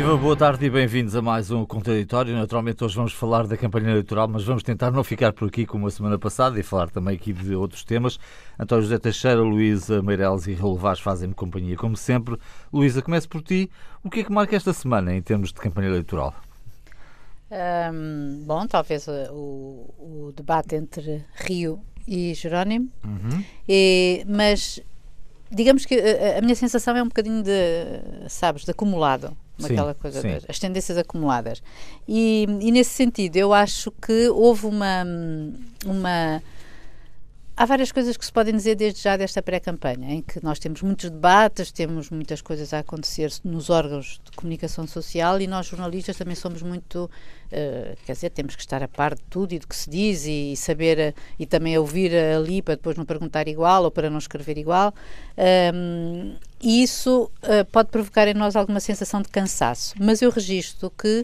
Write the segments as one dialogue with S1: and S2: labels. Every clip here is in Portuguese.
S1: Viva, boa tarde e bem-vindos a mais um Contraditório. Naturalmente hoje vamos falar da campanha eleitoral, mas vamos tentar não ficar por aqui como a semana passada e falar também aqui de outros temas. António José Teixeira, Luísa Meireles e Raul Vaz fazem-me companhia, como sempre. Luísa, começo por ti. O que é que marca esta semana em termos de campanha eleitoral?
S2: Bom, talvez o debate entre Rio e Jerónimo, mas digamos que a minha sensação é um bocadinho de acumulado. Aquela coisa, as tendências acumuladas. E nesse sentido, eu acho que houve há várias coisas que se podem dizer desde já desta pré-campanha, em que nós temos muitos debates, temos muitas coisas a acontecer nos órgãos de comunicação social e nós jornalistas também somos muito, temos que estar a par de tudo e do que se diz e saber, e também ouvir ali para depois não perguntar igual ou para não escrever igual, e isso pode provocar em nós alguma sensação de cansaço, mas eu registro que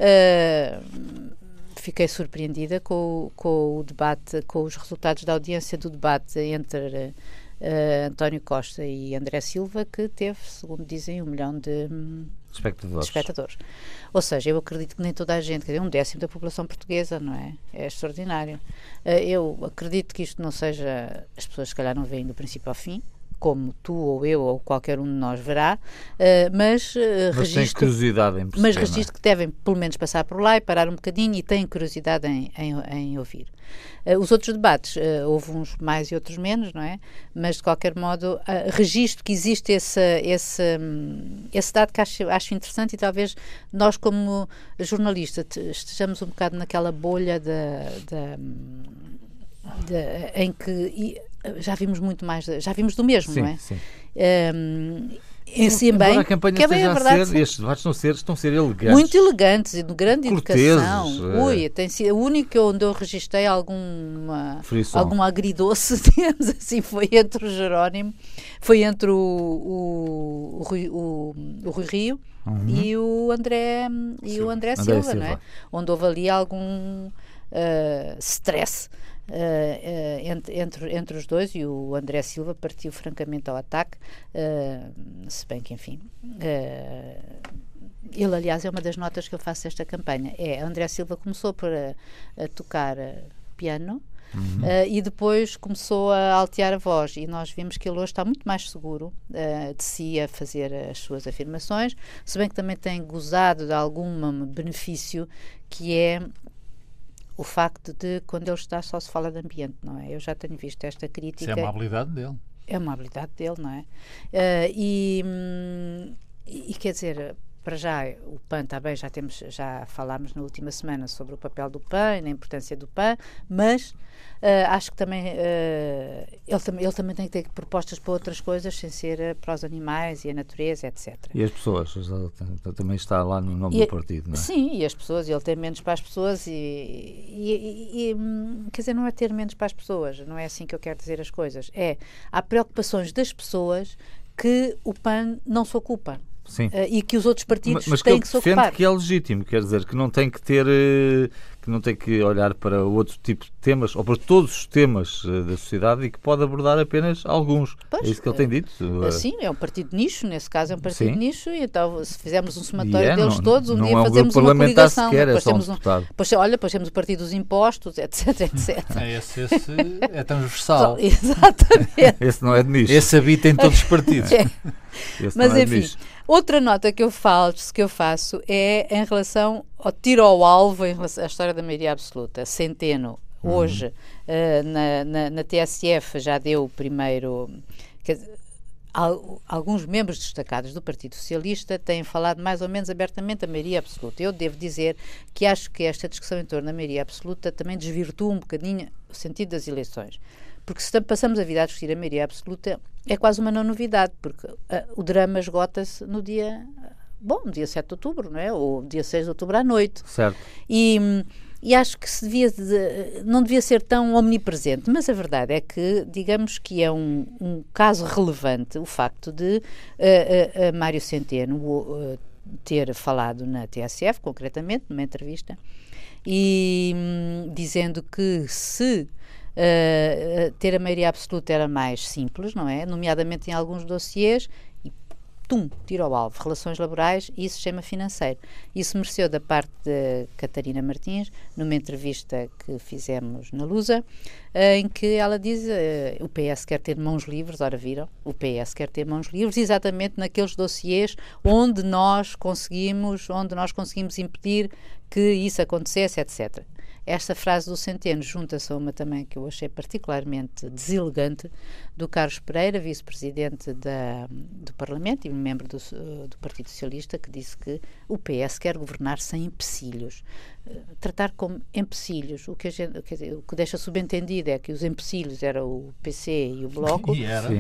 S2: fiquei surpreendida com o debate, com os resultados da audiência do debate entre António Costa e André Silva, que teve, segundo dizem, 1 milhão de espectadores. Ou seja, eu acredito que nem toda a gente, quer dizer, 1/10 da população portuguesa, não é? É extraordinário. Eu acredito que isto não seja, as pessoas se calhar não veem do princípio ao fim, como tu ou eu ou qualquer um de nós verá, mas registro que devem pelo menos passar por lá e parar um bocadinho e têm curiosidade em ouvir. Os outros debates, houve uns mais e outros menos, não é? Mas de qualquer modo registro que existe esse dado que acho interessante e talvez nós como jornalistas estejamos um bocado naquela bolha em que já vimos muito mais, já vimos do mesmo,
S1: sim,
S2: não é?
S1: Sim.
S2: Sim, bem,
S1: a campanha
S2: que é bem a verdade.
S1: Estes debates estão a ser elegantes.
S2: Muito elegantes e de grande
S1: corteses,
S2: educação. Tem sido, o único onde eu registrei algum agridoce, digamos assim, foi entre o Jerónimo, foi entre o Rui Rio e o André Silva, não é? Onde houve ali algum stress entre os dois, e o André Silva partiu francamente ao ataque, se bem que enfim, ele aliás é uma das notas que eu faço desta campanha, André Silva começou por a tocar piano, e depois começou a altear a voz, e nós vimos que ele hoje está muito mais seguro de si a fazer as suas afirmações, se bem que também tem gozado de algum benefício, que é o facto de, quando ele está, só se fala de ambiente, não é? Eu já tenho visto esta crítica.
S3: Isso é uma habilidade dele.
S2: É uma habilidade dele, não é? E quer dizer, para já, o PAN está bem, já falámos na última semana sobre o papel do PAN e na importância do PAN, mas acho que também ele também tem que ter propostas para outras coisas, sem ser para os animais e a natureza, etc.
S1: E as pessoas, também está lá no nome do partido, não é?
S2: Sim, e as pessoas, ele tem menos para as pessoas quer dizer, não é ter menos para as pessoas, não é assim que eu quero dizer as coisas, há preocupações das pessoas que o PAN não se ocupa.
S1: Sim.
S2: E que os outros partidos
S1: mas
S2: têm que se ocupar. Mas
S1: defende que é legítimo, quer dizer, que não tem que ter, que não tem que olhar para outro tipo de temas, ou para todos os temas da sociedade, e que pode abordar apenas alguns. Pois, é isso que ele tem dito?
S2: Sim, é um partido de nicho, nesse caso é um partido de nicho, e então se fizermos um somatório deles todos, um dia fazemos uma coligação.
S1: Sequer,
S2: depois
S1: temos
S2: depois temos o partido dos impostos, etc, etc.
S3: Esse é transversal.
S2: Exatamente.
S1: Esse não é de nicho.
S3: Esse habita em todos os partidos.
S2: Mas enfim, outra nota que eu faço é em relação ao tiro ao alvo, em relação à história da maioria absoluta. Centeno, hoje, na TSF, já deu o primeiro... Alguns membros destacados do Partido Socialista têm falado mais ou menos abertamente da maioria absoluta. Eu devo dizer que acho que esta discussão em torno da maioria absoluta também desvirtua um bocadinho o sentido das eleições. Porque se passamos a vida a discutir a maioria absoluta, é quase uma não novidade, porque o drama esgota-se no dia 7 de outubro, não é? Ou dia 6 de outubro à noite.
S1: Certo.
S2: E acho que não devia ser tão omnipresente, mas a verdade é que, digamos que é um caso relevante o facto de Mário Centeno ter falado na TSF, concretamente, numa entrevista, e dizendo que se ter a maioria absoluta era mais simples, não é? Nomeadamente em alguns dossiês, tiro ao alvo, relações laborais e sistema financeiro. Isso mereceu da parte de Catarina Martins, numa entrevista que fizemos na Lusa, em que ela diz, o PS quer ter mãos livres, ora viram, o PS quer ter mãos livres exatamente naqueles dossiês onde nós conseguimos impedir que isso acontecesse, etc. Esta frase do Centeno junta-se a uma também que eu achei particularmente deselegante, do Carlos Pereira, vice-presidente do Parlamento e membro do Partido Socialista, que disse que o PS quer governar sem empecilhos. Tratar como empecilhos, o que deixa subentendido é que os empecilhos eram o PC e o Bloco.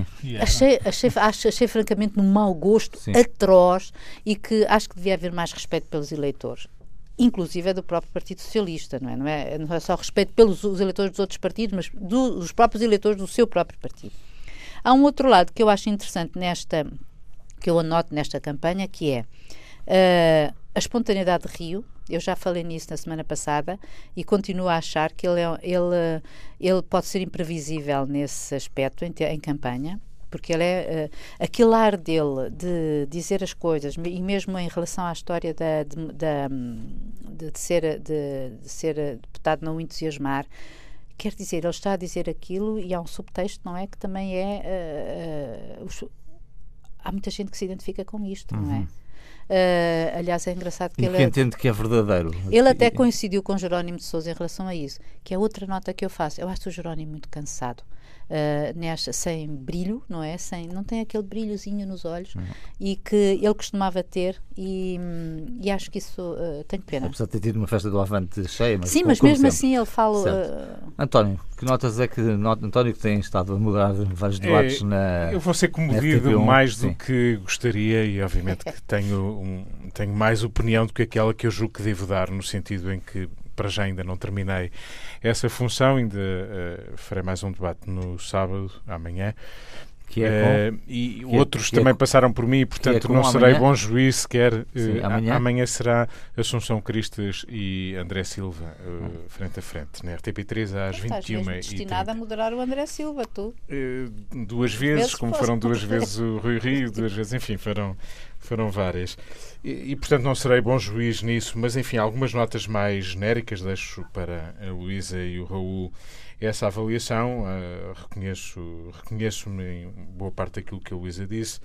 S2: Achei francamente um mau gosto atroz e que acho que devia haver mais respeito pelos eleitores. Inclusive é do próprio Partido Socialista, não é só respeito pelos eleitores dos outros partidos, mas dos próprios eleitores do seu próprio partido. Há um outro lado que eu acho interessante que eu anoto nesta campanha, que é a espontaneidade de Rio. Eu já falei nisso na semana passada e continuo a achar que ele pode ser imprevisível nesse aspecto em campanha, porque ele aquele ar dele de dizer as coisas, e mesmo em relação à história de ser deputado não entusiasmar, quer dizer, ele está a dizer aquilo e há um subtexto, não é? Que também há muita gente que se identifica com isto, não é? Aliás, é engraçado que
S1: ele entende que é verdadeiro.
S2: Ele até coincidiu com Jerónimo de Sousa em relação a isso, que é outra nota que eu faço. Eu acho o Jerónimo muito cansado. Sem brilho, não é? Não tem aquele brilhozinho nos olhos e que ele costumava ter e acho que isso tenho pena.
S1: Apesar de ter tido uma festa do Avante cheia, mas
S2: sim, mas mesmo assim ele fala...
S1: António, que notas é que António, que tem estado a mudar vários debates na...
S4: Eu vou ser comovido mais do que gostaria e obviamente que tenho mais opinião do que aquela que eu julgo que devo dar, no sentido em que para já ainda não terminei essa função, ainda farei mais um debate no sábado, amanhã.
S1: Que é
S4: e outros também passaram por mim e, portanto, não serei bom juiz sequer. Amanhã será Assunção Cristas e André Silva, frente a frente, na RTP3 às 21h30.
S2: Estás mesmo destinado a moderar o André Silva, tu?
S4: Duas vezes, como foram duas vezes o Rui Rio, duas vezes, enfim, foram várias. E, portanto, não serei bom juiz nisso, mas, enfim, algumas notas mais genéricas deixo para a Luísa e o Raul essa avaliação. Reconheço-me em boa parte daquilo que a Luísa disse.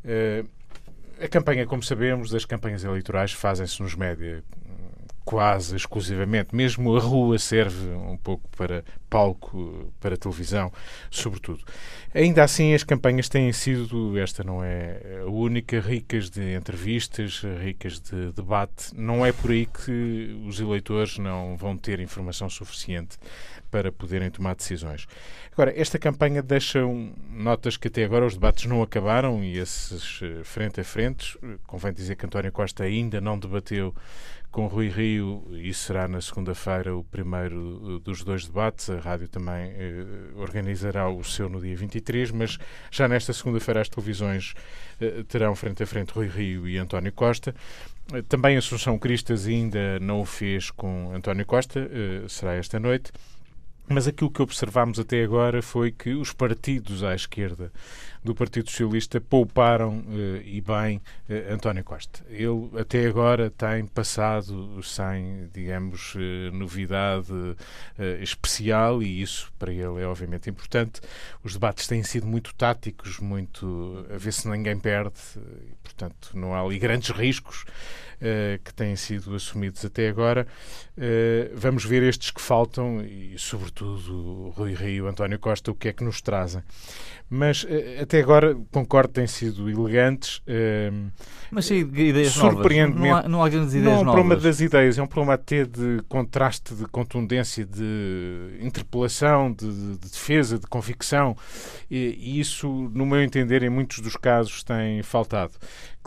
S4: A campanha, como sabemos, das campanhas eleitorais fazem-se nos média quase exclusivamente. Mesmo a rua serve um pouco para palco, para televisão, sobretudo. Ainda assim, as campanhas têm sido, esta não é a única, ricas de entrevistas, ricas de debate. Não é por aí que os eleitores não vão ter informação suficiente para poderem tomar decisões. Agora, esta campanha deixa notas que até agora os debates não acabaram e esses frente a frente. Convém dizer que António Costa ainda não debateu com Rui Rio, e será na segunda-feira o primeiro dos dois debates. A rádio também organizará o seu no dia 23, mas já nesta segunda-feira as televisões terão frente a frente Rui Rio e António Costa. Também a Assunção Cristas ainda não o fez com António Costa, será esta noite. Mas aquilo que observámos até agora foi que os partidos à esquerda do Partido Socialista pouparam e bem António Costa. Ele até agora tem passado sem, digamos, novidade especial, e isso para ele é obviamente importante. Os debates têm sido muito táticos, muito a ver se ninguém perde, e, portanto não há ali grandes riscos que têm sido assumidos até agora. Vamos ver estes que faltam e, sobretudo, Rui Rio, António Costa, o que é que nos trazem. Mas até agora, concordo, têm sido elegantes.
S1: Mas sim, ideias
S4: surpreendentemente,
S1: novas. Não há grandes ideias novas.
S4: Não é um problema das ideias, é um problema até de contraste, de contundência, de interpelação, de defesa, de convicção. E isso, no meu entender, em muitos dos casos tem faltado.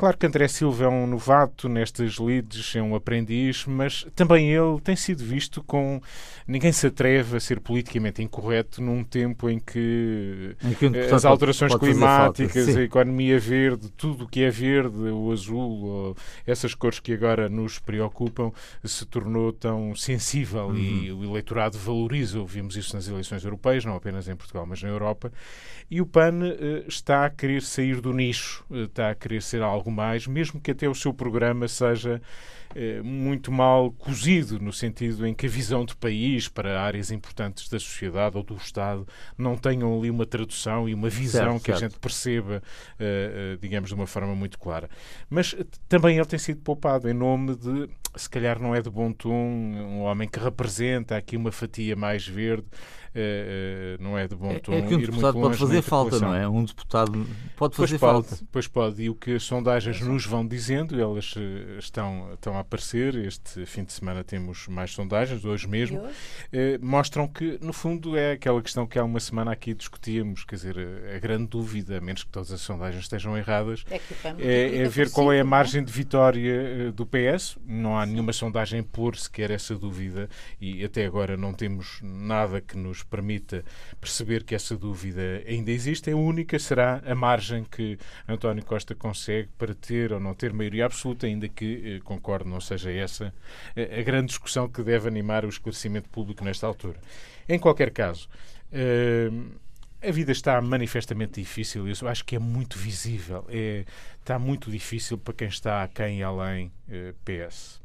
S4: claro que André Silva é um novato nestas lides, é um aprendiz, mas também ele tem sido visto com... Ninguém se atreve a ser politicamente incorreto num tempo em que as alterações climáticas, a economia verde, tudo o que é verde, o azul, essas cores que agora nos preocupam, se tornou tão sensível e o eleitorado valoriza. Vimos isso nas eleições europeias, não apenas em Portugal, mas na Europa. E o PAN está a querer sair do nicho, está a querer ser algo mais, mesmo que até o seu programa seja muito mal cozido, no sentido em que a visão de país para áreas importantes da sociedade ou do Estado não tenham ali uma tradução e uma visão que a gente perceba, digamos, de uma forma muito clara. Mas também ele tem sido poupado em nome de, se calhar não é de bom tom, um homem que representa aqui uma fatia mais verde, não é de bom tom.
S1: É que um deputado pode fazer falta, não é? Um deputado pode fazer falta.
S4: Pois pode. E o que as sondagens nos vão dizendo, elas estão a aparecer. Este fim de semana temos mais sondagens, hoje mesmo, mostram que, no fundo, é aquela questão que há uma semana aqui discutíamos, quer dizer, a grande dúvida, a menos que todas as sondagens estejam erradas, é ver qual é a margem de vitória do PS. Não há nenhuma sondagem a pôr sequer essa dúvida e até agora não temos nada que nos permita perceber que essa dúvida ainda existe. A única será a margem que António Costa consegue para ter ou não ter maioria absoluta, ainda que, concordo, não seja essa a grande discussão que deve animar o esclarecimento público nesta altura. Em qualquer caso, a vida está manifestamente difícil. Eu acho que é muito visível. Está muito difícil para quem está aquém e além PS.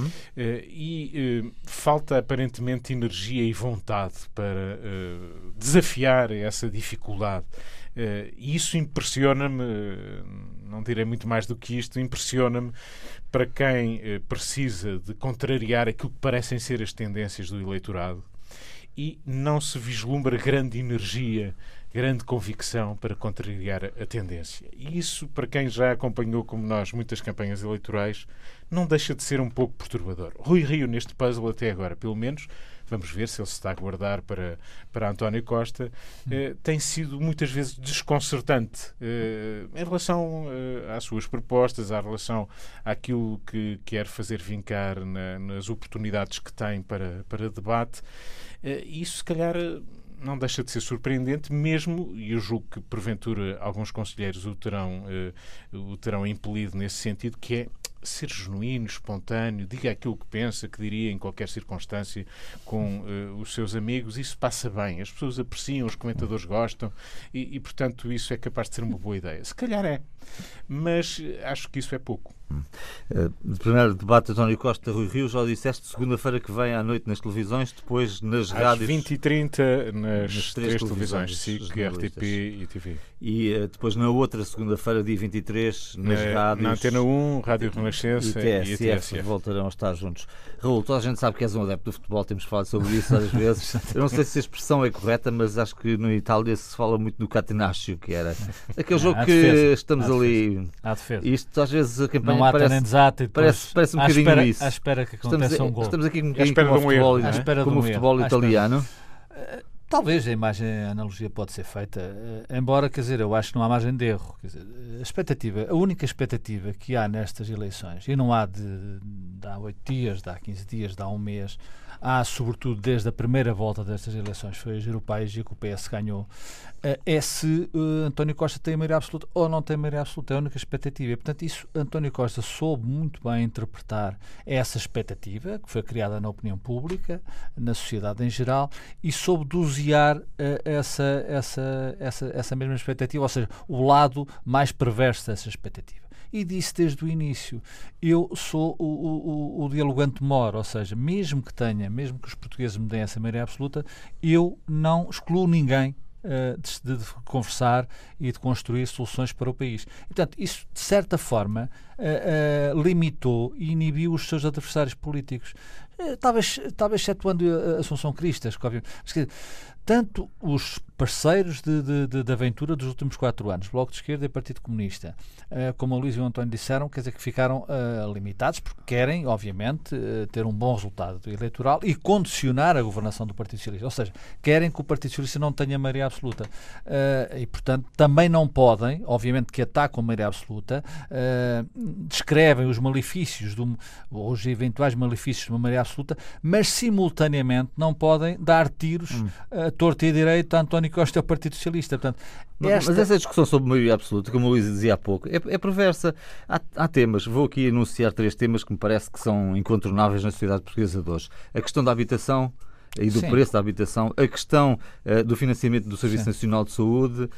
S4: Falta aparentemente energia e vontade para desafiar essa dificuldade. E isso impressiona-me, não direi muito mais do que isto, impressiona-me para quem precisa de contrariar aquilo que parecem ser as tendências do eleitorado e não se vislumbra grande energia, grande convicção para contrariar a tendência. E isso, para quem já acompanhou, como nós, muitas campanhas eleitorais, não deixa de ser um pouco perturbador. Rui Rio, neste puzzle até agora, pelo menos, vamos ver se ele se está a guardar para António Costa, tem sido muitas vezes desconcertante em relação às suas propostas, à relação àquilo que quer fazer vincar nas oportunidades que tem para debate. Isso, se calhar, não deixa de ser surpreendente, mesmo, e eu julgo que porventura alguns conselheiros o terão impelido nesse sentido, que é ser genuíno, espontâneo, diga aquilo que pensa, que diria em qualquer circunstância com os seus amigos. Isso passa bem, as pessoas apreciam, os comentadores gostam e, portanto, isso é capaz de ser uma boa ideia. Se calhar é, mas acho que isso é pouco.
S1: No primeiro debate, António Costa, Rui Rio, já o disseste, segunda-feira que vem à noite nas televisões, depois nas rádios...
S4: Às 20h30 nas três televisões, SIC, RTP e TV.
S1: E depois na outra segunda-feira, dia 23, nas rádios...
S4: Na Antena 1, Rádio Renascença e TSF
S1: voltarão a estar juntos. Raul, toda a gente sabe que és um adepto do futebol, temos falado sobre isso várias vezes. Eu não sei se a expressão é correta, mas acho que no Itália se fala muito do catenaccio, que era aquele jogo que estamos ali...
S3: À defesa.
S1: Isto às vezes a campanha
S3: não há exato, e
S1: parece um bocadinho isso.
S3: À espera que aconteça um gol.
S1: Estamos aqui um bocadinho como o futebol italiano.
S3: Talvez a analogia pode ser feita, embora, quer dizer, eu acho que não há margem de erro. Quer dizer, a única expectativa que há nestas eleições, e não há de há 8 dias, de há 15 dias, de há um mês, há sobretudo desde a primeira volta destas eleições, foi as europeias e que o PS ganhou, é se António Costa tem a maioria absoluta ou não tem a maioria absoluta, é a única expectativa. E, portanto, isso António Costa soube muito bem interpretar essa expectativa, que foi criada na opinião pública, na sociedade em geral, e soube dosear essa mesma expectativa, ou seja, o lado mais perverso dessa expectativa. E disse desde o início, eu sou o dialogante mor, ou seja, mesmo que os portugueses me deem essa maioria absoluta, eu não excluo ninguém de conversar e de construir soluções para o país. E, portanto, isso, de certa forma, limitou e inibiu os seus adversários políticos. Talvez excetuando a Assunção Cristas, que, obviamente, tanto os parceiros de aventura dos últimos 4 anos, Bloco de Esquerda e Partido Comunista, como a Luís e o António disseram, quer dizer que ficaram limitados, porque querem, obviamente, ter um bom resultado eleitoral e condicionar a governação do Partido Socialista. Ou seja, querem que o Partido Socialista não tenha maioria absoluta. E, portanto, também não podem, obviamente que atacam a maioria absoluta, descrevem os malefícios, ou os eventuais malefícios de uma maioria absoluta, mas simultaneamente não podem dar tiros a torto e a direito a António Costa e ao Partido Socialista. Portanto,
S1: Mas essa discussão sobre maioria absoluta, como o Luís dizia há pouco, é perversa. Há temas, vou aqui enunciar 3 temas que me parece que são incontornáveis na sociedade portuguesa de hoje. A questão da habitação e do preço da habitação, a questão do financiamento do Serviço Nacional de Saúde,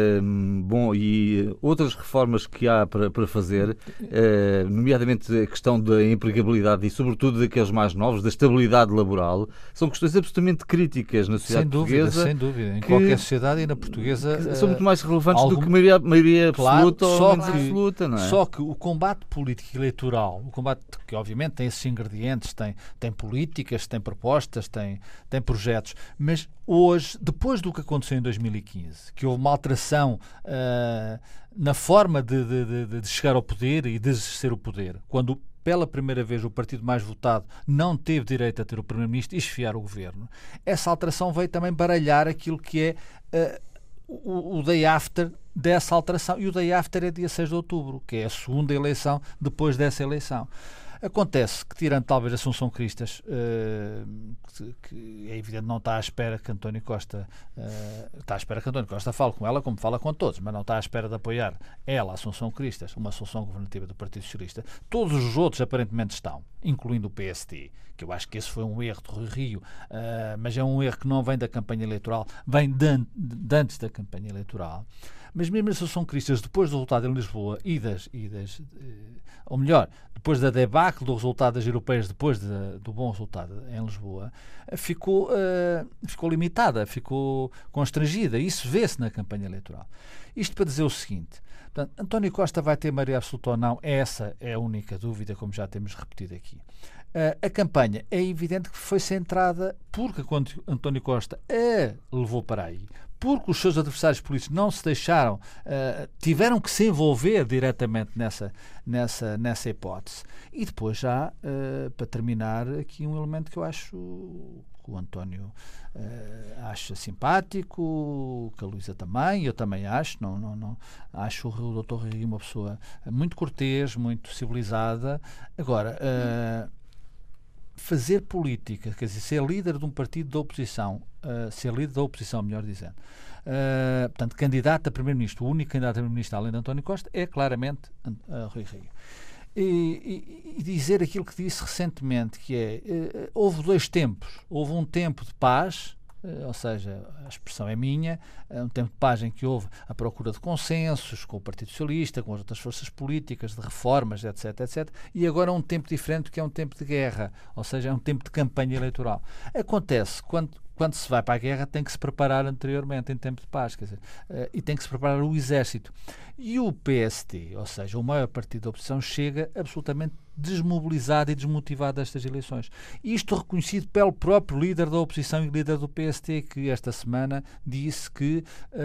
S1: e outras reformas que há para fazer, nomeadamente a questão da empregabilidade e, sobretudo, daqueles mais novos, da estabilidade laboral, são questões absolutamente críticas na sociedade portuguesa.
S3: Sem dúvida. Em qualquer sociedade e na portuguesa...
S1: São muito mais relevantes do que maioria absoluta ou menos absoluta, não é?
S3: Só que o combate político e eleitoral, o combate que obviamente tem esses ingredientes, tem políticas, tem propostas, tem projetos, mas hoje, depois do que aconteceu em 2015, que houve uma alteração na forma de chegar ao poder e de exercer o poder, quando pela primeira vez o partido mais votado não teve direito a ter o Primeiro-Ministro e esfiar o Governo, essa alteração veio também baralhar aquilo que é o day after dessa alteração, e o day after é dia 6 de outubro, que é a segunda eleição depois dessa eleição. Acontece que, tirando talvez Assunção Cristas, que é evidente não está à espera que António Costa fale com ela como fala com todos, mas não está à espera de apoiar ela, Assunção Cristas, uma solução governativa do Partido Socialista. Todos os outros aparentemente estão, incluindo o PST, que eu acho que esse foi um erro de Rui Rio, mas é um erro que não vem da campanha eleitoral, vem de antes da campanha eleitoral. Mas mesmo a Assunção Cristas, depois do resultado em Lisboa ou melhor, depois da debacle do resultado das europeias, depois do bom resultado em Lisboa, ficou limitada, ficou constrangida. Isso vê-se na campanha eleitoral. Isto para dizer o seguinte: portanto, António Costa vai ter maioria absoluta ou não? Essa é a única dúvida, como já temos repetido aqui. A campanha é evidente que foi centrada porque quando António Costa a levou para aí, porque os seus adversários políticos não se deixaram, tiveram que se envolver diretamente nessa hipótese. E depois já, para terminar, aqui um elemento que eu acho que o António acha simpático, que a Luísa também, eu também acho, não acho o Dr. Rui uma pessoa muito cortês, muito civilizada. Agora, fazer política, quer dizer, ser líder de um partido da oposição, melhor dizendo, portanto, candidato a Primeiro-Ministro, o único candidato a Primeiro-Ministro além de António Costa é claramente Rui Rio. E dizer aquilo que disse recentemente, que é, houve 2 tempos, houve um tempo de paz, ou seja, a expressão é minha, um tempo de paz em que houve a procura de consensos com o Partido Socialista, com as outras forças políticas, de reformas, etc, etc, e agora um tempo diferente, que é um tempo de guerra, ou seja, é um tempo de campanha eleitoral. Acontece, quando se vai para a guerra, tem que se preparar anteriormente, em tempo de paz, quer dizer, e tem que se preparar o exército. E o PST, ou seja, o maior partido da oposição, chega absolutamente desmobilizado e desmotivado destas eleições. Isto reconhecido pelo próprio líder da oposição e líder do PST, que esta semana disse que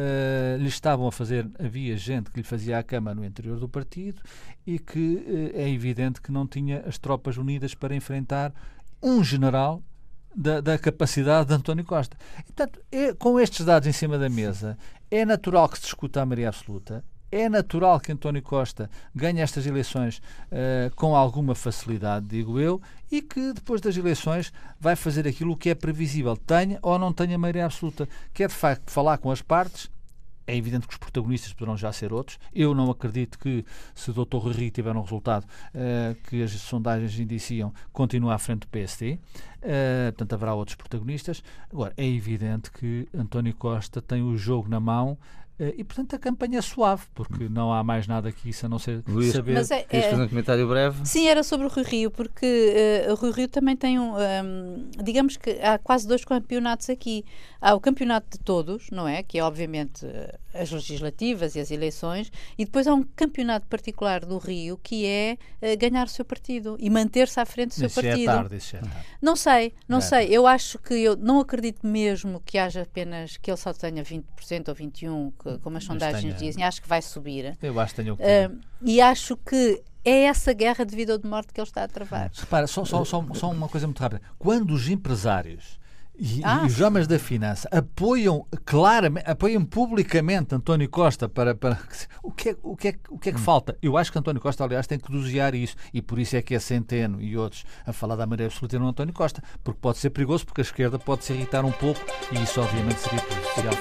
S3: havia gente que lhe fazia a cama no interior do partido e que é evidente que não tinha as tropas unidas para enfrentar um general da capacidade de António Costa. E, portanto, com estes dados em cima da mesa, é natural que se discuta a maioria absoluta, é natural que António Costa ganhe estas eleições com alguma facilidade, digo eu, e que depois das eleições vai fazer aquilo que é previsível, tenha ou não tenha maioria absoluta, que é de facto falar com as partes. É evidente que os protagonistas poderão já ser outros. Eu não acredito que, se o Dr. Rui Rio tiver um resultado que as sondagens indiciam, continue à frente do PST. Portanto, haverá outros protagonistas. Agora, é evidente que António Costa tem o jogo na mão E, portanto, a campanha é suave, porque não há mais nada que isso a não ser
S1: Luís,
S3: saber.
S2: Mas
S1: queres fazer um comentário breve?
S2: Sim, era sobre o Rui Rio, porque o Rui Rio também tem digamos que há quase 2 campeonatos aqui. Há o campeonato de todos, não é? Que é obviamente as legislativas e as eleições, e depois há um campeonato particular do Rio que é ganhar o seu partido e manter-se à frente do seu partido.
S3: Isso é tarde.
S2: Não sei. Eu acho que eu não acredito mesmo que haja apenas que ele só tenha 20% ou 21%, como as sondagens dizem. Acho que vai subir.
S3: Eu acho que tenho
S2: e acho que é essa guerra de vida ou de morte que ele está a travar.
S3: Repara, só uma coisa muito rápida. Quando os empresários e os homens da finança apoiam claramente, apoiam publicamente António Costa para o que é que falta? Eu acho que António Costa, aliás, tem que dosear isso, e por isso é que é Centeno e outros a falar da maneira absoluta no António Costa, porque pode ser perigoso, porque a esquerda pode se irritar um pouco, e isso obviamente seria prejudicial.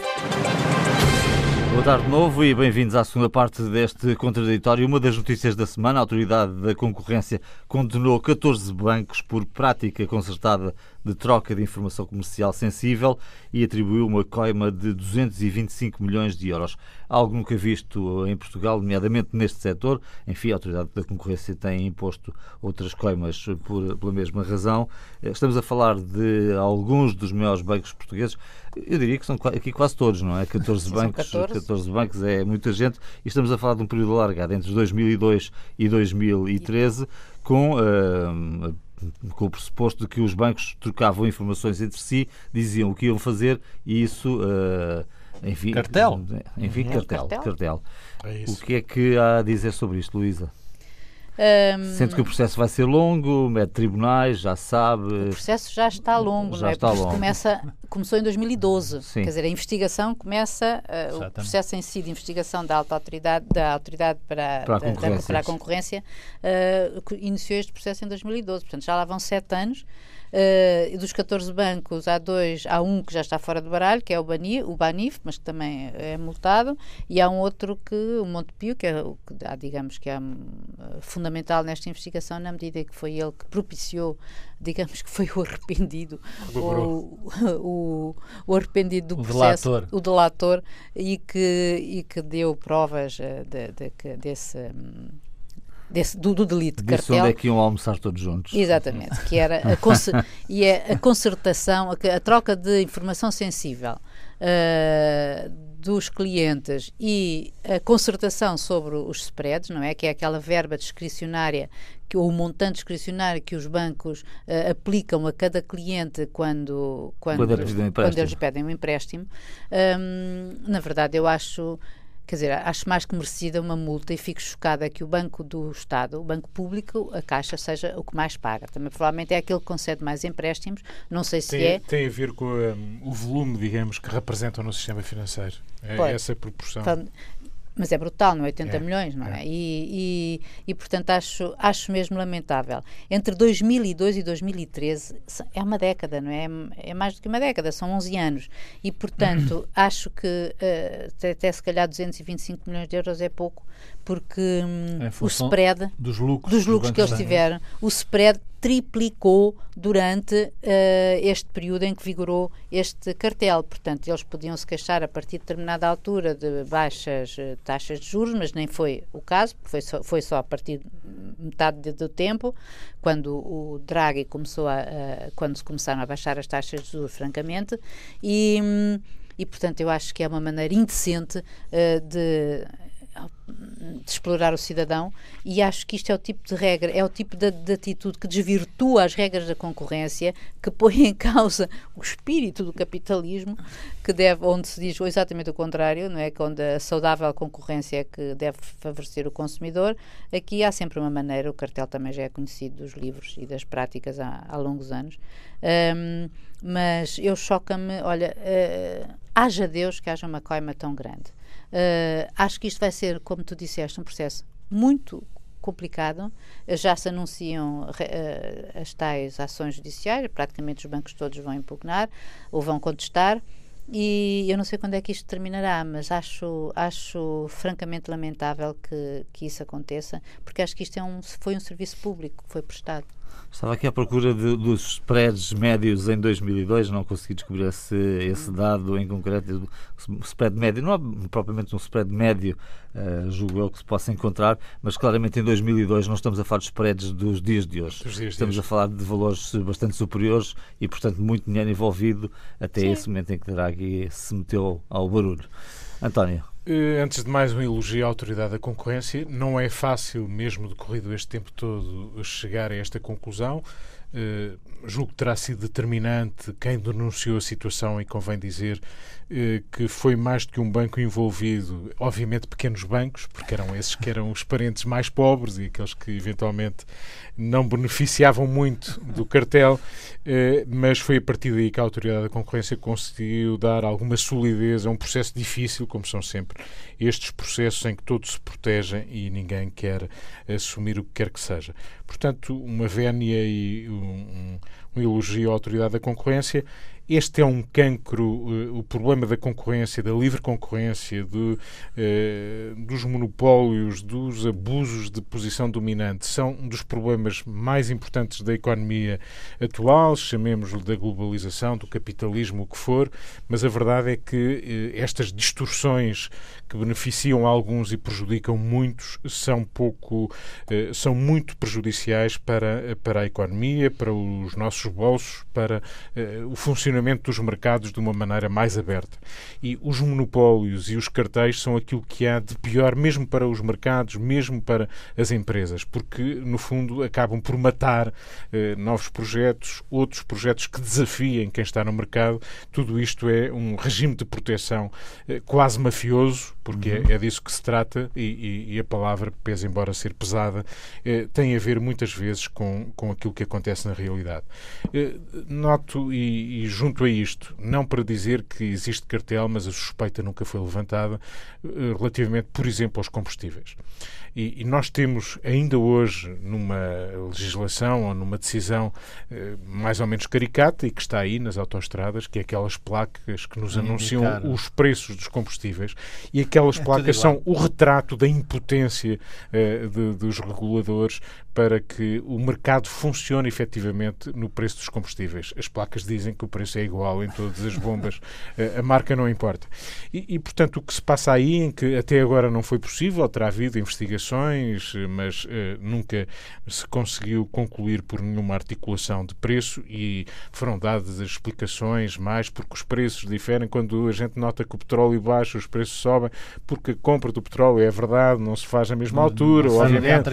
S1: Boa tarde de novo e bem-vindos à segunda parte deste contraditório. Uma das notícias da semana, a Autoridade da Concorrência condenou 14 bancos por prática concertada de troca de informação comercial sensível e atribuiu uma coima de 225 milhões de euros. Algo nunca visto em Portugal, nomeadamente neste setor. Enfim, a Autoridade da Concorrência tem imposto outras coimas pela mesma razão. Estamos a falar de alguns dos maiores bancos portugueses. Eu diria que são aqui quase todos, não é? 14 bancos, 14 bancos é muita gente, e estamos a falar de um período alargado entre 2002 e 2013, com o pressuposto de que os bancos trocavam informações entre si, diziam o que iam fazer e isso, enfim...
S3: Cartel.
S1: Enfim, cartel.
S4: É isso.
S1: O que é que há a dizer sobre isto, Luísa? Sendo que o processo vai ser longo, mete tribunais, já sabe...
S2: O processo já está longo,
S1: já
S2: não é?
S1: Está longo.
S2: Começou em 2012.
S1: Sim.
S2: Quer dizer, a investigação começa, o processo em si de investigação da autoridade para a concorrência iniciou este processo em 2012. Portanto, já lá vão 7 anos. Dos 14 bancos, há um que já está fora do baralho, que é o Banif, mas que também é multado, e há um outro o Montepio, que é digamos que é fundamental nesta investigação, na medida que foi ele que propiciou, digamos que foi o arrependido, o arrependido do processo, o delator, e que deu provas do delito de cartel.
S1: Disse onde é que iam almoçar todos juntos.
S2: Exatamente, que era a concertação, a troca de informação sensível dos clientes e a concertação sobre os spreads, não é? Que é aquela verba discricionária, ou o montante discricionário que os bancos aplicam a cada cliente quando eles pedem um empréstimo. Na verdade, eu acho mais que merecida uma multa, e fico chocada que o Banco do Estado, o Banco Público, a Caixa, seja o que mais paga. Também provavelmente é aquele que concede mais empréstimos, não sei se
S4: Tem a ver com o volume, digamos, que representam no sistema financeiro. Essa proporção.
S2: Mas é brutal, não é? 80 milhões, não é? E portanto, acho mesmo lamentável. Entre 2002 e 2013 é uma década, não é? É mais do que uma década, são 11 anos. E, portanto, acho que até se calhar 225 milhões de euros é pouco, porque o spread
S3: dos lucros
S2: que eles tiveram, o spread triplicou durante este período em que vigorou este cartel. Portanto, eles podiam se queixar a partir de determinada altura de baixas taxas de juros, mas nem foi o caso, porque foi só a partir de metade do tempo, quando o Draghi quando se começaram a baixar as taxas de juros, francamente, e portanto eu acho que é uma maneira indecente de explorar o cidadão, e acho que isto é o tipo de regra, é o tipo de atitude que desvirtua as regras da concorrência, que põe em causa o espírito do capitalismo, onde se diz exatamente o contrário, não é? Onde a saudável concorrência é que deve favorecer o consumidor. Aqui há sempre uma maneira, o cartel também já é conhecido dos livros e das práticas há longos anos, mas choca-me, olha, haja Deus que haja uma coima tão grande. Acho que isto vai ser, como tu disseste, um processo muito complicado. Já se anunciam as tais ações judiciais, praticamente os bancos todos vão impugnar ou vão contestar, e eu não sei quando é que isto terminará, mas acho francamente lamentável que isso aconteça, porque acho que isto foi um serviço público que foi prestado.
S1: Estava aqui à procura dos spreads médios em 2002, não consegui descobrir esse dado em concreto. O spread médio, não há propriamente um spread médio, julgo eu, que se possa encontrar, mas claramente em 2002 não estamos a falar de spreads dos dias de hoje. Estamos a falar de valores bastante superiores e, portanto, muito dinheiro envolvido até esse momento em que Draghi se meteu ao barulho. António.
S4: Antes de mais, um elogio à autoridade da concorrência. Não é fácil, mesmo decorrido este tempo todo, chegar a esta conclusão. Julgo que terá sido determinante quem denunciou a situação, e convém dizer que foi mais do que um banco envolvido, obviamente pequenos bancos, porque eram esses que eram os parentes mais pobres e aqueles que eventualmente não beneficiavam muito do cartel, mas foi a partir daí que a autoridade da concorrência conseguiu dar alguma solidez a um processo difícil, como são sempre estes processos em que todos se protegem e ninguém quer assumir o que quer que seja. Portanto, uma vénia e um elogio à autoridade da concorrência. Este é um cancro, o problema da concorrência, da livre concorrência, dos monopólios, dos abusos de posição dominante, são um dos problemas mais importantes da economia atual, chamemos-lhe da globalização, do capitalismo, o que for, mas a verdade é que estas distorções que beneficiam alguns e prejudicam muitos são muito prejudiciais para a economia, para os nossos bolsos, para o funcionamento dos mercados de uma maneira mais aberta. E os monopólios e os cartéis são aquilo que há de pior, mesmo para os mercados, mesmo para as empresas, porque, no fundo, acabam por matar novos projetos, outros projetos que desafiem quem está no mercado. Tudo isto é um regime de proteção quase mafioso, porque é disso que se trata, e a palavra, pese embora ser pesada, tem a ver muitas vezes com aquilo que acontece na realidade. Noto e junto a isto, não para dizer que existe cartel, mas a suspeita nunca foi levantada relativamente, por exemplo, aos combustíveis. E nós temos ainda hoje, numa legislação ou numa decisão mais ou menos caricata e que está aí nas autoestradas, que é aquelas placas que nos anunciam os preços dos combustíveis, e aquelas placas são o retrato da impotência dos reguladores para que o mercado funcione efetivamente no preço dos combustíveis. As placas dizem que o preço é igual em todas as bombas, a marca não importa. E, portanto, o que se passa aí, em que até agora não foi possível, terá havido investigações, mas nunca se conseguiu concluir por nenhuma articulação de preço, e foram dadas as explicações mais porque os preços diferem. Quando a gente nota que o petróleo baixa, os preços sobem, porque a compra do petróleo, é verdade, não se faz na mesma altura, obviamente.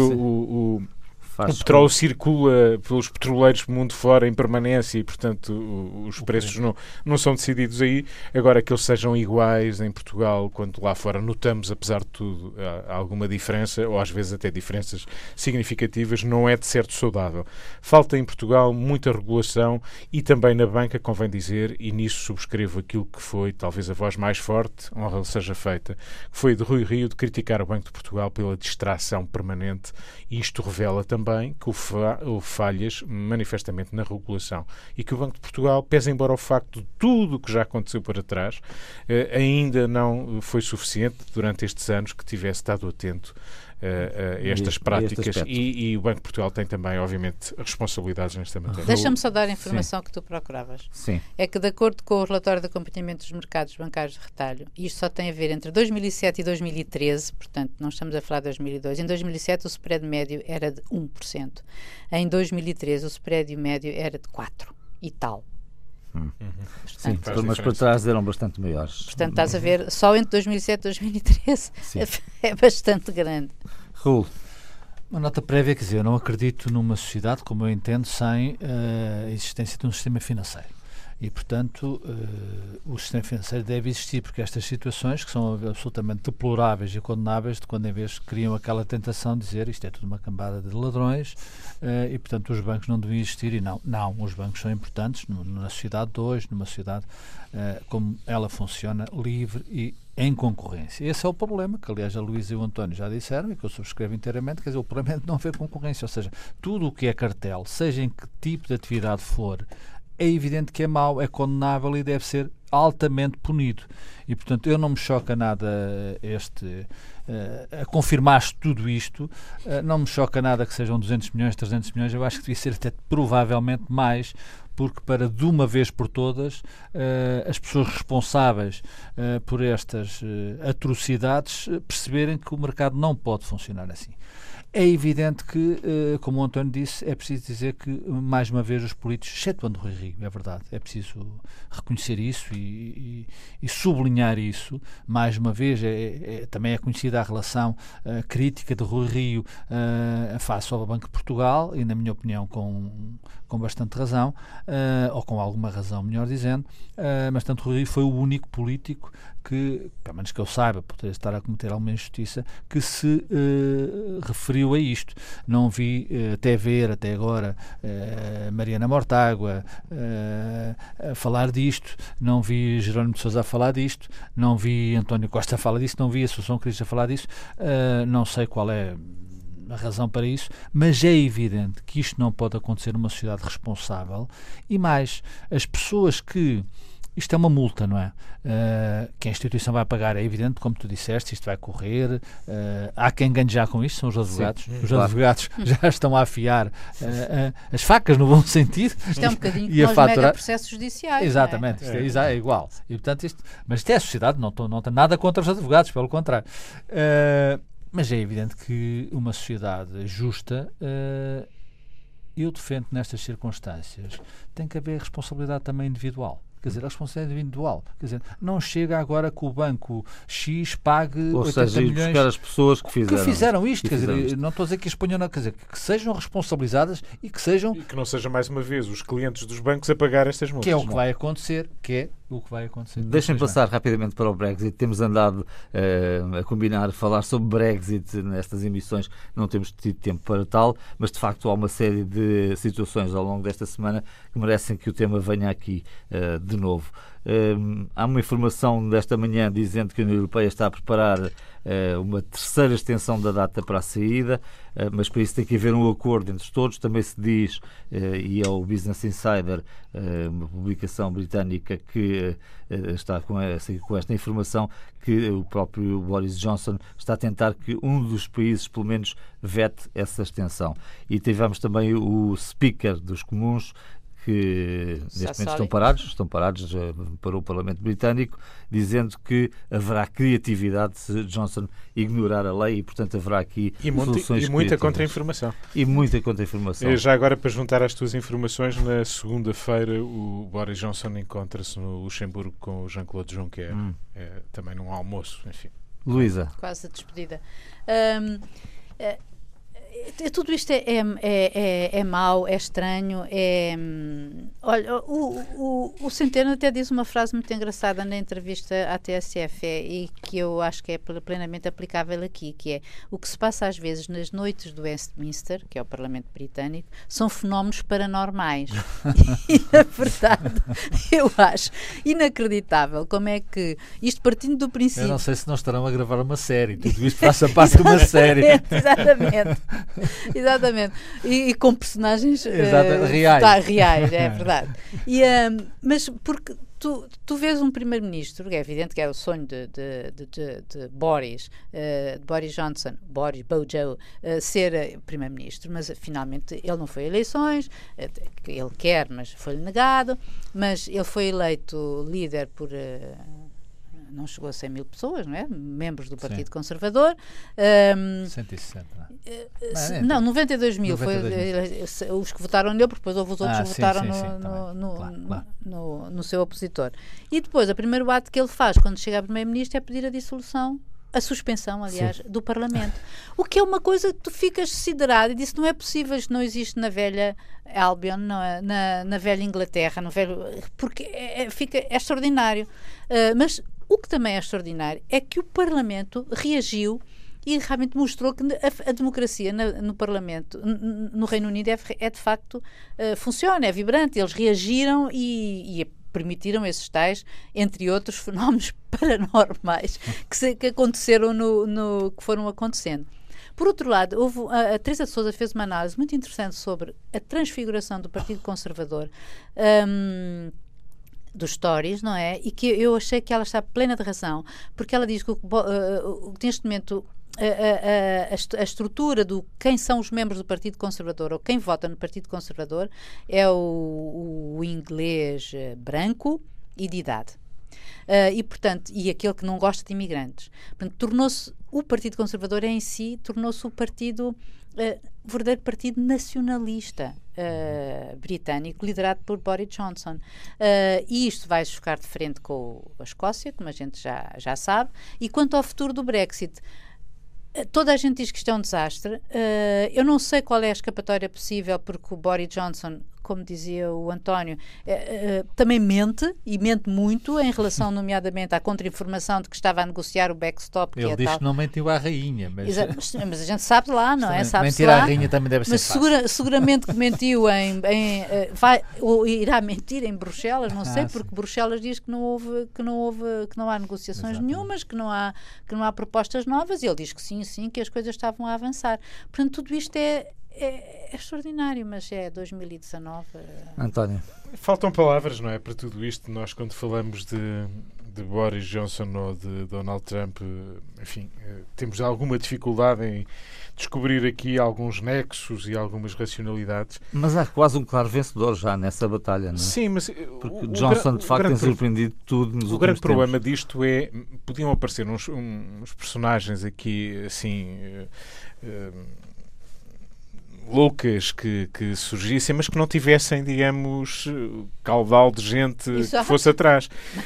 S4: O petróleo circula pelos petroleiros mundo fora em permanência e, portanto, os preços não são decididos aí. Agora, que eles sejam iguais em Portugal, quando lá fora notamos, apesar de tudo, alguma diferença, ou às vezes até diferenças significativas, não é de certo saudável. Falta em Portugal muita regulação, e também na banca, convém dizer, e nisso subscrevo aquilo que foi talvez a voz mais forte, honra lhe seja feita, que foi de Rui Rio, de criticar o Banco de Portugal pela distração permanente, e isto revela também que houve falhas manifestamente na regulação, e que o Banco de Portugal, pese embora o facto de tudo o que já aconteceu para trás, ainda não foi suficiente durante estes anos que tivesse estado atento a estas práticas, e o Banco de Portugal tem também, obviamente, responsabilidades nesta matéria.
S2: Deixa-me só dar a informação que tu procuravas.
S1: Sim.
S2: É que, de acordo com o relatório de acompanhamento dos mercados bancários de retalho, isto só tem a ver entre 2007 e 2013, portanto, não estamos a falar de 2002. Em 2007 o spread médio era de 1%. Em 2013 o spread médio era de 4% e tal.
S1: Sim, mas para trás eram bastante maiores.
S2: Portanto, estás a ver, só entre 2007 e 2013 é bastante grande.
S1: Raul.
S3: Uma nota prévia, quer dizer, eu não acredito numa sociedade, como eu entendo, sem a existência de um sistema financeiro. E, portanto, o sistema financeiro deve existir, porque estas situações, que são absolutamente deploráveis e condenáveis, de quando em vez criam aquela tentação de dizer isto é tudo uma cambada de ladrões, e, portanto, os bancos não deviam existir. E não, os bancos são importantes na sociedade de hoje, numa sociedade como ela funciona, livre e em concorrência. Esse é o problema, que aliás a Luísa e o António já disseram, e que eu subscrevo inteiramente, quer dizer, o problema é de não haver concorrência, ou seja, tudo o que é cartel, seja em que tipo de atividade for, é evidente que é mau, é condenável e deve ser altamente punido. E, portanto, eu não me choca nada a confirmar-se tudo isto, não me choca nada que sejam 200 milhões, 300 milhões, eu acho que devia ser até provavelmente mais, porque para de uma vez por todas as pessoas responsáveis por estas atrocidades perceberem que o mercado não pode funcionar assim. É evidente que, como o António disse, é preciso dizer que, mais uma vez, os políticos, excetuando o Rui Rio, é verdade, é preciso reconhecer isso e sublinhar isso. Mais uma vez, também é conhecida a relação crítica de Rui Rio face ao Banco de Portugal, e, na minha opinião, com bastante razão, ou com alguma razão, melhor dizendo, mas tanto Rui Rio foi o único político que, pelo menos que eu saiba, poderia estar a cometer alguma injustiça, que se referiu a isto. Não vi até agora Mariana Mortágua a falar disto, não vi Jerónimo de Sousa a falar disto, não vi António Costa a falar disto, não vi Assunção Cristas a falar disto, não sei qual é a razão para isso, mas é evidente que isto não pode acontecer numa sociedade responsável. E mais, as pessoas que... Isto é uma multa, não é? Que a instituição vai pagar, é evidente, como tu disseste, isto vai correr. Há quem ganhe já com isto, são os advogados. Sim, os advogados já estão a afiar as facas, no bom sentido.
S2: Isto é um bocadinho
S3: e a
S2: como os megaprocessos judiciais.
S3: Exatamente,
S2: não é?
S3: É igual. E, portanto, mas isto é a sociedade, não tem nada contra os advogados, pelo contrário. Mas é evidente que uma sociedade justa, eu defendo nestas circunstâncias, tem que haver responsabilidade também individual. Quer dizer, a responsabilidade individual. Quer dizer, não chega agora que o banco X pague 80 milhões...
S1: buscar as pessoas que
S3: fizeram isto. Quer dizer, não estou a dizer que exponham, quer dizer, que sejam responsabilizadas e que sejam...
S4: E que não seja, mais uma vez, os clientes dos bancos a pagar estas multas.
S3: Que é o que vai acontecer,
S1: Deixem-me passar rapidamente para o Brexit. Temos andado a combinar, falar sobre Brexit nestas emissões, não temos tido tempo para tal, mas de facto há uma série de situações ao longo desta semana que merecem que o tema venha aqui de novo. Há uma informação desta manhã dizendo que a União Europeia está a preparar uma terceira extensão da data para a saída, mas para isso tem que haver um acordo entre todos. Também se diz, e é o Business Insider, uma publicação britânica, que está com esta informação, que o próprio Boris Johnson está a tentar que um dos países, pelo menos, vete essa extensão. E tivemos também o Speaker dos Comuns, que neste momento estão parados para o Parlamento Britânico, dizendo que haverá criatividade se Johnson ignorar a lei e, portanto, haverá aqui soluções
S4: e muita contra-informação.
S1: E muita contra-informação.
S4: Já agora, para juntar às tuas informações, na segunda-feira o Boris Johnson encontra-se no Luxemburgo com o Jean-Claude Juncker, também num almoço, enfim.
S1: Luísa.
S2: Quase a despedida. Tudo isto é mau, é estranho. Olha, o Centeno até diz uma frase muito engraçada na entrevista à TSF e que eu acho que é plenamente aplicável aqui, que é: o que se passa às vezes nas noites do Westminster, que é o Parlamento Britânico, são fenómenos paranormais. E, na verdade, eu acho inacreditável como é que isto, partindo do princípio...
S3: Eu não sei se não estarão a gravar uma série, tudo isto faça parte de uma série. Exatamente. E com personagens reais, é verdade. Mas porque tu vês um primeiro-ministro, é evidente que é o sonho de Boris Johnson, Bojo, ser primeiro-ministro, mas finalmente ele não foi a eleições, ele quer, mas foi-lhe negado, mas ele foi eleito líder por... não chegou a 100 mil pessoas, não é? Membros do Partido Conservador. 160,
S2: não é? 92 mil. Foi os que votaram nele, porque depois houve os outros que votaram no seu opositor. E depois, o primeiro ato que ele faz quando chega a primeiro-ministro é pedir a dissolução, a suspensão, aliás, do Parlamento. O que é uma coisa que tu ficas siderado e disse: não é possível, isto não existe na velha Albion, na velha Inglaterra, porque é extraordinário. Mas o que também é extraordinário é que o Parlamento reagiu e realmente mostrou que a democracia no Parlamento, no Reino Unido, é de facto, funciona, é vibrante. Eles reagiram e permitiram esses tais, entre outros fenómenos paranormais que aconteceram que foram acontecendo. Por outro lado, a Teresa de Sousa fez uma análise muito interessante sobre a transfiguração do Partido Conservador dos stories, não é? E que eu achei que ela está plena de razão, porque ela diz que neste momento a estrutura do quem são os membros do Partido Conservador ou quem vota no Partido Conservador é o inglês branco e de idade. E, portanto, e aquele que não gosta de imigrantes. Portanto, tornou-se o Partido Conservador em si, tornou-se o partido, o verdadeiro partido nacionalista britânico, liderado por Boris Johnson. E isto vai chocar de frente com a Escócia, como a gente já sabe. E quanto ao futuro do Brexit, toda a gente diz que isto é um desastre. Eu não sei qual é a escapatória possível, porque o Boris Johnson, como dizia o António, também mente, e mente muito, em relação, nomeadamente, à contra-informação de que estava a negociar o backstop.
S3: Ele diz que não mentiu à rainha. Mas
S2: a gente sabe lá, não é?
S3: Mentir à rainha também deve ser fácil.
S2: Seguramente que mentiu ou irá mentir em Bruxelas, não sei, porque Bruxelas diz que não há negociações nenhumas, que não há propostas novas, e ele diz que sim, que as coisas estavam a avançar. Portanto, tudo isto é extraordinário, mas é 2019.
S1: António.
S4: Faltam palavras, não é? Para tudo isto, nós quando falamos de Boris Johnson ou de Donald Trump, enfim, temos alguma dificuldade em descobrir aqui alguns nexos e algumas racionalidades.
S1: Mas há quase um claro vencedor já nessa batalha, não é?
S4: Sim, mas
S1: porque Johnson de facto tem surpreendido tudo nos últimos tempos.
S4: O grande problema disto é, podiam aparecer uns personagens aqui assim loucas que surgissem, mas que não tivessem, digamos, caudal de gente que fosse atrás.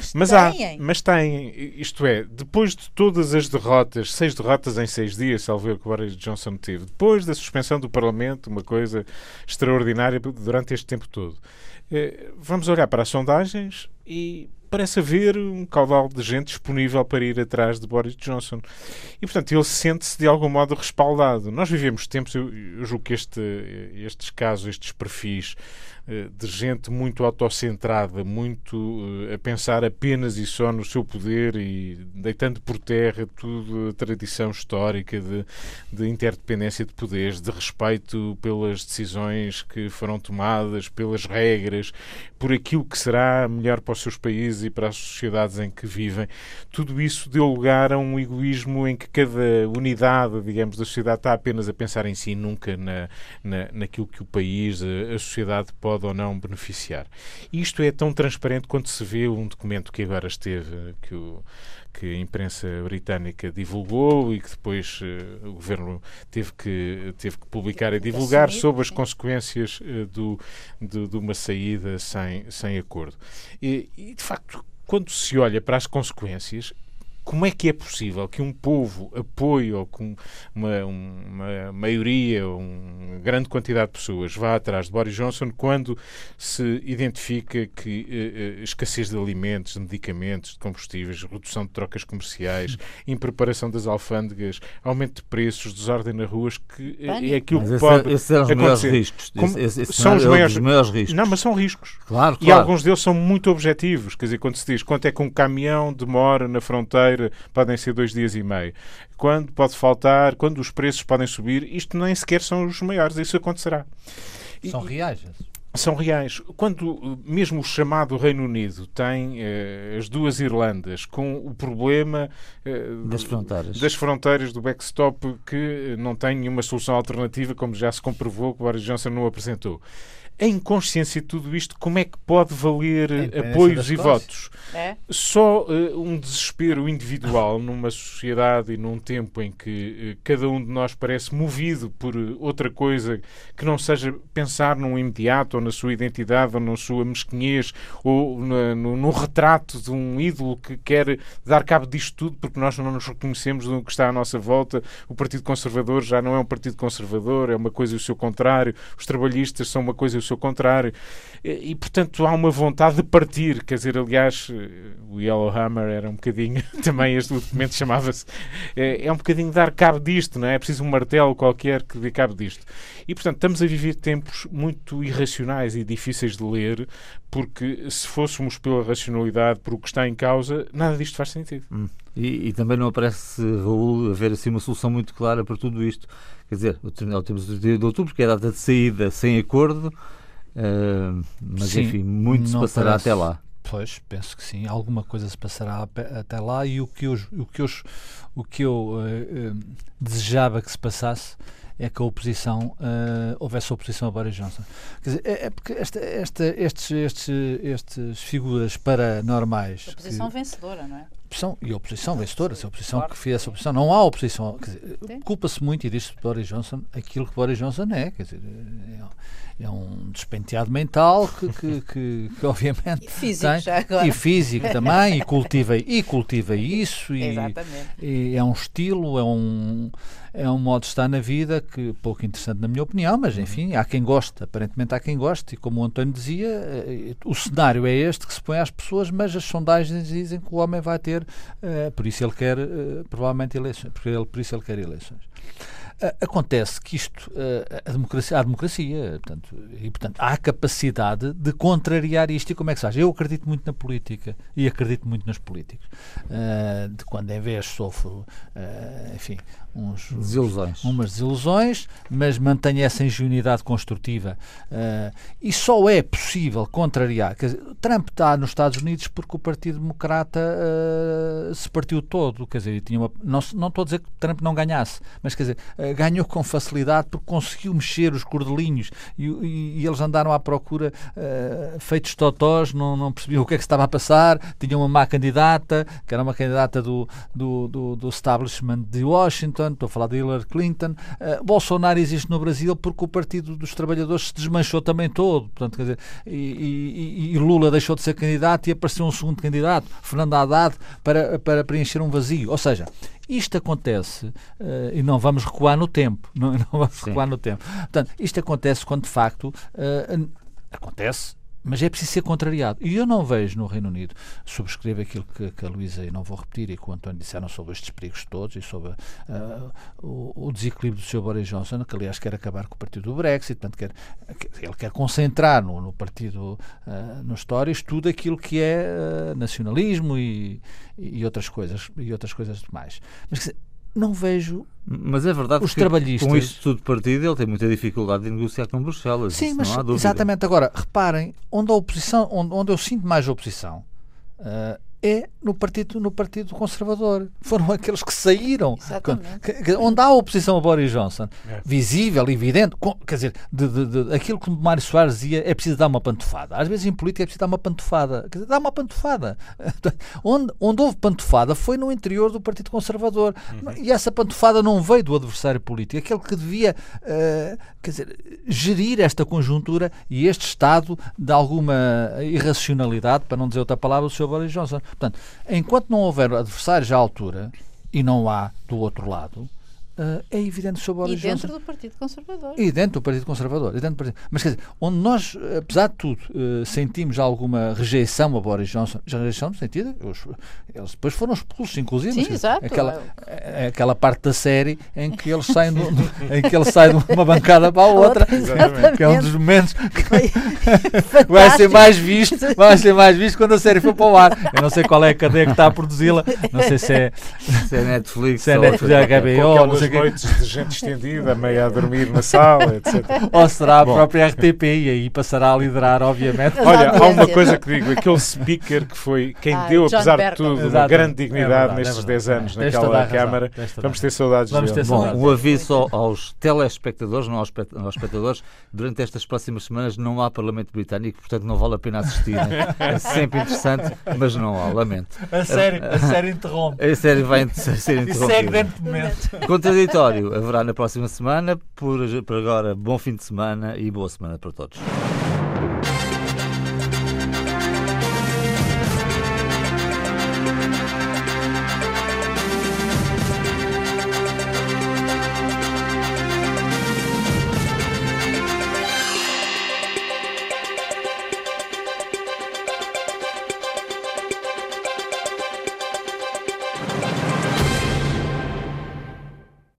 S4: Mas têm. Isto é, depois de todas as derrotas, 6 derrotas em 6 dias, salvo eu que o Boris Johnson teve, depois da suspensão do Parlamento, uma coisa extraordinária durante este tempo todo. Vamos olhar para as sondagens e parece haver um caudal de gente disponível para ir atrás de Boris Johnson. E, portanto, ele sente-se de algum modo respaldado. Nós vivemos tempos, eu julgo que estes casos, estes perfis de gente muito autocentrada, muito a pensar apenas e só no seu poder e deitando por terra tudo a tradição histórica de interdependência de poderes, de respeito pelas decisões que foram tomadas, pelas regras, por aquilo que será melhor para os seus países e para as sociedades em que vivem. Tudo isso deu lugar a um egoísmo em que cada unidade, digamos, da sociedade está apenas a pensar em si e nunca naquilo que o país, a sociedade pode ou não beneficiar. E isto é tão transparente quando se vê um documento que agora esteve, que a imprensa britânica divulgou e que depois o governo teve que publicar e divulgar sobre as consequências de uma saída sem acordo. E, de facto, quando se olha para as consequências, como é que é possível que um povo apoie ou com uma maioria ou uma grande quantidade de pessoas vá atrás de Boris Johnson quando se identifica que escassez de alimentos, de medicamentos, de combustíveis, redução de trocas comerciais, impreparação das alfândegas, aumento de preços, desordem nas ruas, que é aquilo que pode
S1: esses são os maiores riscos.
S4: São os
S1: maiores riscos.
S4: Não, mas são riscos.
S1: Claro.
S4: E alguns deles são muito objetivos. Quer dizer, quando se diz quanto é que um caminhão demora na fronteira, podem ser 2 dias e meio. Quando pode faltar, quando os preços podem subir, isto nem sequer são os maiores, isso acontecerá.
S3: São reais.
S4: São reais. Quando mesmo o chamado Reino Unido tem as 2 Irlandas com o problema das fronteiras do backstop que não tem nenhuma solução alternativa, como já se comprovou que Boris Johnson não apresentou. Em consciência de tudo isto, como é que pode valer apoios e votos? Só um desespero individual numa sociedade e num tempo em que cada um de nós parece movido por outra coisa que não seja pensar num imediato ou na sua identidade ou na sua mesquinhez ou no retrato de um ídolo que quer dar cabo disto tudo porque nós não nos reconhecemos no que está à nossa volta. O Partido Conservador já não é um Partido Conservador, é uma coisa e o seu contrário. Os trabalhistas são uma coisa e o seu contrário. E, portanto, há uma vontade de partir. Quer dizer, aliás, o Yellowhammer era um bocadinho, também este documento chamava-se, é um bocadinho dar cabo disto, não é? É preciso um martelo qualquer que dê cabo disto. E, portanto, estamos a viver tempos muito irracionais e difíceis de ler, porque se fôssemos pela racionalidade, por o que está em causa, nada disto faz sentido.
S1: E também não aparece, Raul, haver assim uma solução muito clara para tudo isto. Quer dizer, temos o 31 de outubro, que é a data de saída sem acordo, mas
S3: sim,
S1: enfim, muito se passará até lá.
S3: Pois, penso que sim. Alguma coisa se passará até lá, e o que eu desejava que se passasse é que a oposição, houvesse oposição a Boris Johnson. Quer dizer, porque estes figuras paranormais...
S2: A oposição vencedora, não é?
S3: E a oposição vencedora, se a oposição que fez a oposição, não há oposição. Culpa-se muito, e diz-se de Boris Johnson aquilo que Boris Johnson é, quer dizer, é um despenteado mental que obviamente
S2: e físico
S3: tem,
S2: já agora.
S3: E físico também, e cultiva isso,
S2: Exatamente.
S3: E é um estilo, é um modo de estar na vida que pouco interessante na minha opinião, mas enfim, há quem goste, aparentemente há quem goste, e como o António dizia, o cenário é este que se põe às pessoas, mas as sondagens dizem que o homem vai ter, por isso ele quer provavelmente eleições, por isso ele quer eleições. Acontece que isto, há democracia, portanto, há capacidade de contrariar isto. E como é que se faz? Eu acredito muito na política e acredito muito nos políticos. De quando em vez sofro, enfim, umas desilusões, mas mantenho essa ingenuidade construtiva. E só é possível contrariar. Quer dizer, Trump está nos Estados Unidos porque o Partido Democrata se partiu todo. Quer dizer, não estou a dizer que Trump não ganhasse, mas quer dizer, ganhou com facilidade porque conseguiu mexer os cordelinhos e eles andaram à procura feitos totós, não percebiam o que é que se estava a passar. Tinham uma má candidata, que era uma candidata do establishment de Washington. Estou a falar de Hillary Clinton. Bolsonaro existe no Brasil porque o Partido dos Trabalhadores se desmanchou também todo, portanto, quer dizer, e Lula deixou de ser candidato e apareceu um segundo candidato, Fernando Haddad, para preencher um vazio. Ou seja, isto acontece, e não vamos recuar no tempo, não vamos recuar no tempo. Portanto, isto acontece quando de facto acontece, mas é preciso ser contrariado. E eu não vejo no Reino Unido, subscrevo aquilo que a Luísa, e não vou repetir, e que o António disseram sobre estes perigos todos e sobre o desequilíbrio do Sr. Boris Johnson, que aliás quer acabar com o partido do Brexit, portanto, ele quer concentrar no partido, no Tories, tudo aquilo que é nacionalismo e outras coisas demais. Mas quer dizer, não vejo.
S1: Mas é verdade
S3: os
S1: que
S3: trabalhistas,
S1: com isto tudo partido ele tem muita dificuldade de negociar com Bruxelas.
S3: Sim,
S1: isso
S3: mas
S1: não há dúvida.
S3: exatamente. Agora, reparem, onde eu sinto mais oposição é no Partido Conservador. Foram aqueles que saíram. Onde há oposição a Boris Johnson, visível, evidente, quer dizer, aquilo que o Mário Soares dizia, é preciso dar uma pantufada. Às vezes em política é preciso dar uma pantufada. Quer dizer, dar uma pantufada. Onde houve pantufada foi no interior do Partido Conservador. E essa pantufada não veio do adversário político. Aquele que devia, quer dizer, gerir esta conjuntura e este estado de alguma irracionalidade, para não dizer outra palavra, o Sr. Boris Johnson. Portanto, enquanto não houver adversários à altura, e não há do outro lado, é evidente que o Boris Johnson...
S2: E dentro do Partido Conservador.
S3: E dentro do Partido Conservador. Mas quer dizer, onde nós, apesar de tudo, sentimos alguma rejeição a Boris Johnson, já rejeição no sentido, eles depois foram expulsos, inclusive.
S2: Sim, exato.
S3: Aquela parte da série em que eles saem em que ele sai de uma bancada para a outra, que é um dos momentos que vai ser mais visto quando a série for para o ar. Eu não sei qual é a cadeia que está a produzi-la, não sei se é
S1: Netflix,
S3: HBO, não sei
S4: noites de gente estendida, meio a dormir na sala, etc.
S3: Ou será a própria RTP, e aí passará a liderar, obviamente.
S4: Olha, há uma coisa que digo, aquele speaker que foi quem deu, apesar de tudo, uma grande dignidade nestes 10 anos naquela Câmara. Vamos ter saudades dele.
S1: Bom, um aviso aos telespectadores, não aos espectadores, durante estas próximas semanas não há Parlamento Britânico, portanto não vale a pena assistir. É sempre interessante, mas não há, lamento.
S3: A série interrompe.
S1: A série vai ser interrompida.
S3: E segue dentro de momento.
S1: Contraditório haverá na próxima semana. Por agora, bom fim de semana e boa semana para todos.